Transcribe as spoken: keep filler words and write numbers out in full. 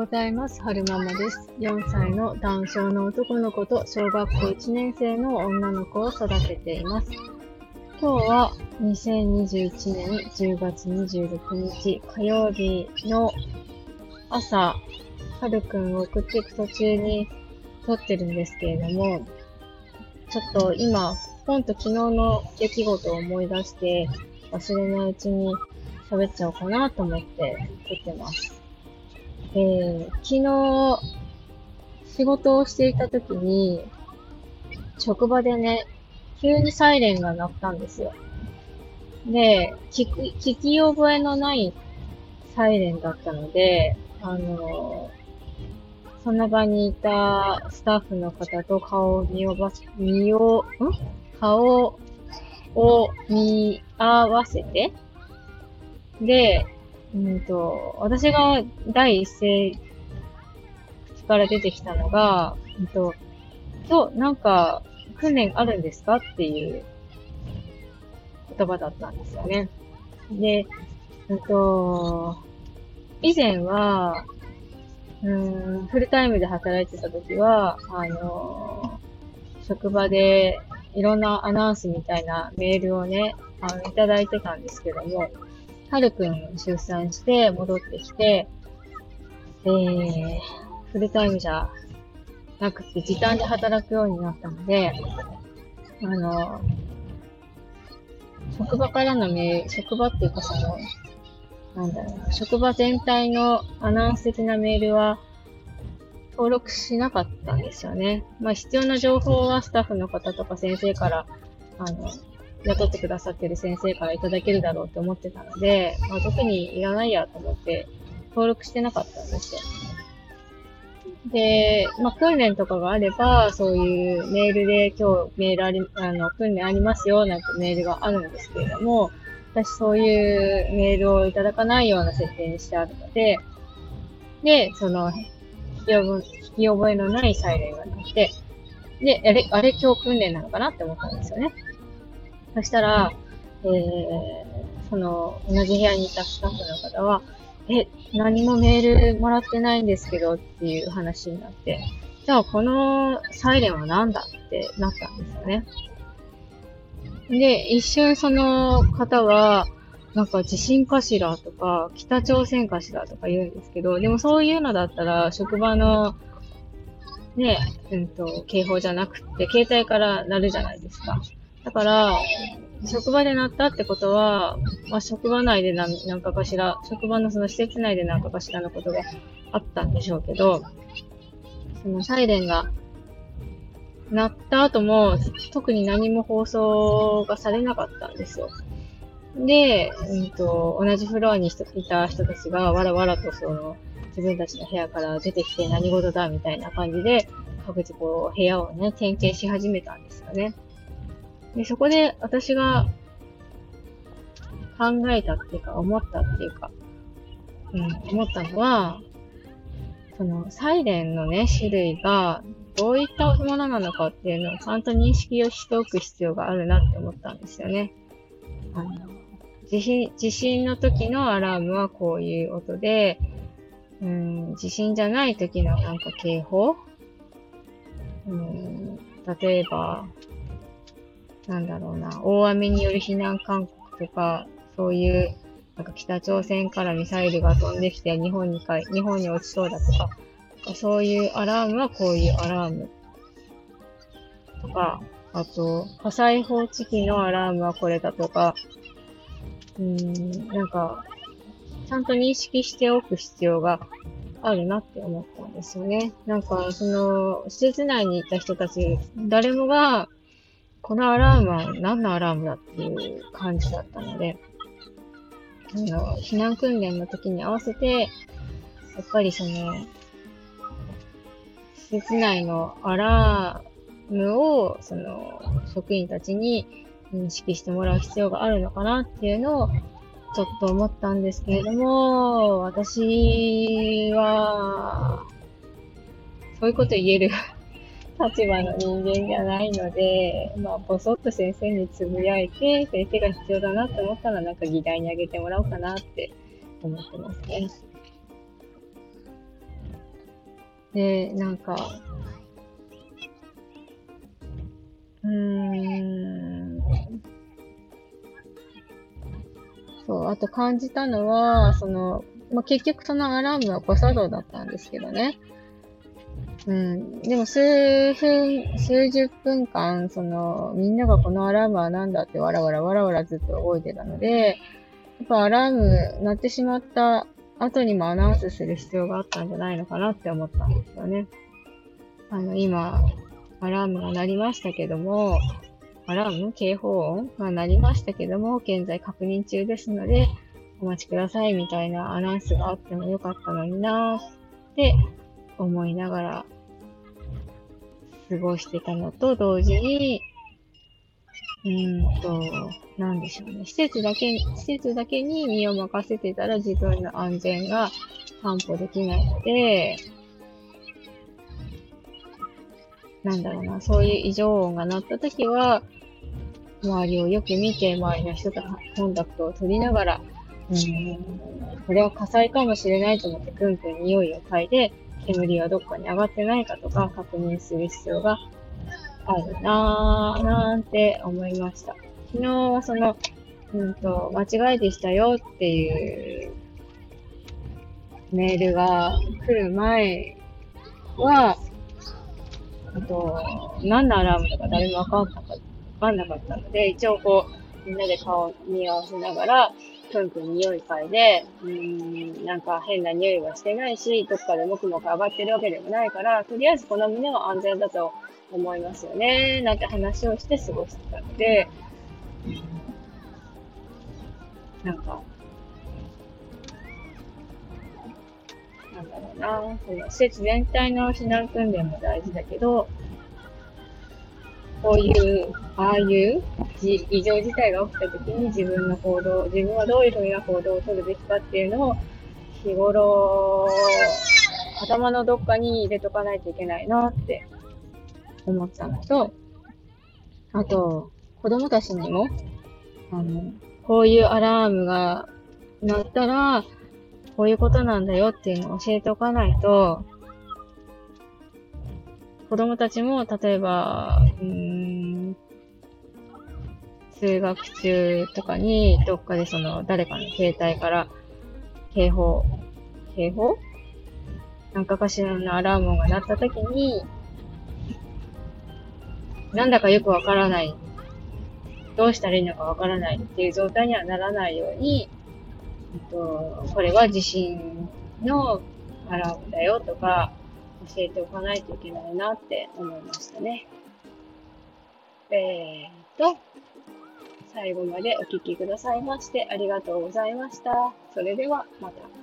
ございます。はるママです。よんさいのダウン症の男の子と小学校いちねん生の女の子を育てています。今日はにせんにじゅういちねんじゅうがつにじゅうろくにち火曜日の朝、はるくんを送っていく途中に撮ってるんですけれども、ちょっと今、ポンと昨日の出来事を思い出して忘れないうちに喋っちゃおうかなと思って撮ってます。えー、昨日仕事をしていた時に職場でね、急にサイレンが鳴ったんですよ。で、聞き、聞き覚えのないサイレンだったので、あのーその場にいたスタッフの方と顔を見おばせ、見お、ん顔を見合わせて、で、うんと、私が第一声から出てきたのが、うんと、今日なんか訓練あるんですかっていう言葉だったんですよね。で、うんと、以前は、うーん、フルタイムで働いてた時は、あのー、職場でいろんなアナウンスみたいなメールをね、あの、いただいてたんですけども、はるくん出産して戻ってきて、えー、フルタイムじゃなくて時短で働くようになったので、あの、職場からのメール、職場っていうかその、なんだろうな、職場全体のアナウンス的なメールは登録しなかったんですよね。まあ必要な情報はスタッフの方とか先生から、あの、雇ってくださってる先生からいただけるだろうって思ってたので、まあ、特にいらないやと思って登録してなかったんですよ。で、まあ、訓練とかがあれば、そういうメールで今日メールあり、あの、訓練ありますよ、なんてメールがあるんですけれども、私そういうメールをいただかないような設定にしてあるので、で、その、聞き覚え、聞き覚えのないサイレンが鳴って、で、あれ、あれ今日訓練なのかなって思ったんですよね。そしたら、えー、その、同じ部屋にいたスタッフの方は、え、何もメールもらってないんですけどっていう話になって、じゃあこのサイレンは何だってなったんですよね。で、一瞬その方は、なんか地震かしらとか、北朝鮮かしらとか言うんですけど、でもそういうのだったら、職場の、ね、うんと、警報じゃなくって、携帯から鳴るじゃないですか。だから、職場で鳴ったってことは、まあ、職場内で何何かかしら、職場のその施設内で何かかしらのことがあったんでしょうけど、そのサイレンが鳴った後も、特に何も放送がされなかったんですよ。で、うんと、同じフロアにいた人たちがわらわらとその、自分たちの部屋から出てきて何事だみたいな感じで、各自こう、部屋をね、点検し始めたんですよね。で、そこで私が考えたっていうか、思ったっていうか、うん、思ったのは、その、サイレンのね、種類が、どういったものなのかっていうのをちゃんと認識をしておく必要があるなって思ったんですよね。あの、地震、地震の時のアラームはこういう音で、うん、地震じゃない時のなんか警報、うん、例えば、なんだろうな、大雨による避難勧告とか、そういう、なんか北朝鮮からミサイルが飛んできて日本にかい、日本に落ちそうだとか、そういうアラームはこういうアラームとか、あと、火災報知器のアラームはこれだとか、うーん、なんか、ちゃんと認識しておく必要があるなって思ったんですよね。なんか、その、施設内にいた人たち、誰もが、このアラームは何のアラームだっていう感じだったので、あの、避難訓練の時に合わせて、やっぱりその、施設内のアラームを、その、職員たちに認識してもらう必要があるのかなっていうのを、ちょっと思ったんですけれども、私は、そういうこと言える立場の人間じゃないので、まあ、ぼそっと先生につぶやいて、先生が必要だなって思ったら、なんか議題にあげてもらおうかなって思ってますね。 で、なんか、うーん、そう、あと感じたのは、その、まあ、結局そのアラームは誤作動だったんですけどね。うん。でも数分、数十分間、その、みんながこのアラームは何だってわらわらわらわらずっと動いてたので、やっぱアラーム鳴ってしまった後にもアナウンスする必要があったんじゃないのかなって思ったんですよね。あの、今、アラームが鳴りましたけども、アラーム警報音が鳴りましたけども、現在確認中ですので、お待ちくださいみたいなアナウンスがあってもよかったのになーって思いながら過ごしてたのと同時に、うーんと、なんでしょうね。施設だけ、施設だけに身を任せてたら自分の安全が担保できないので、なんだろうな、そういう異常音が鳴った時は、周りをよく見て、周りの人とコンタクトを取りながら、うーん、これは火災かもしれないと思ってくんくん匂いを嗅いで、煙はどっかに上がってないかとか確認する必要があるなぁ、なんて思いました。昨日はその、うんと、間違いでしたよっていうメールが来る前は、あと、何のアラームとか誰もわかんなかった、わかんなかったので、一応こう、みんなで顔見合わせながら、くんくん匂い嗅いで、うーん、なんか変な匂いはしてないし、どっかでもくもく上がってるわけでもないから、とりあえずこの胸は安全だと思いますよね、なんて話をして過ごしてたので、なんか、なんだろうな、その施設全体の避難訓練も大事だけど、こういう、ああいう異常事態が起きた時に自分の行動、自分はどういうふうな行動を取るべきかっていうのを日頃、頭のどっかに入れとかないといけないなって思ったのと、あと、子供たちにも、あの、こういうアラームが鳴ったら、こういうことなんだよっていうのを教えておかないと、子供たちも、例えば、うーん、通学中とかに、どっかでその、誰かの携帯から警報、警報なんかかしらのアラームが鳴った時に、なんだかよくわからない、どうしたらいいのかわからないっていう状態にはならないように、えっと、これは地震のアラームだよとか、教えておかないといけないなって思いましたね。えーと、最後までお聞きくださいましてありがとうございました。それではまた。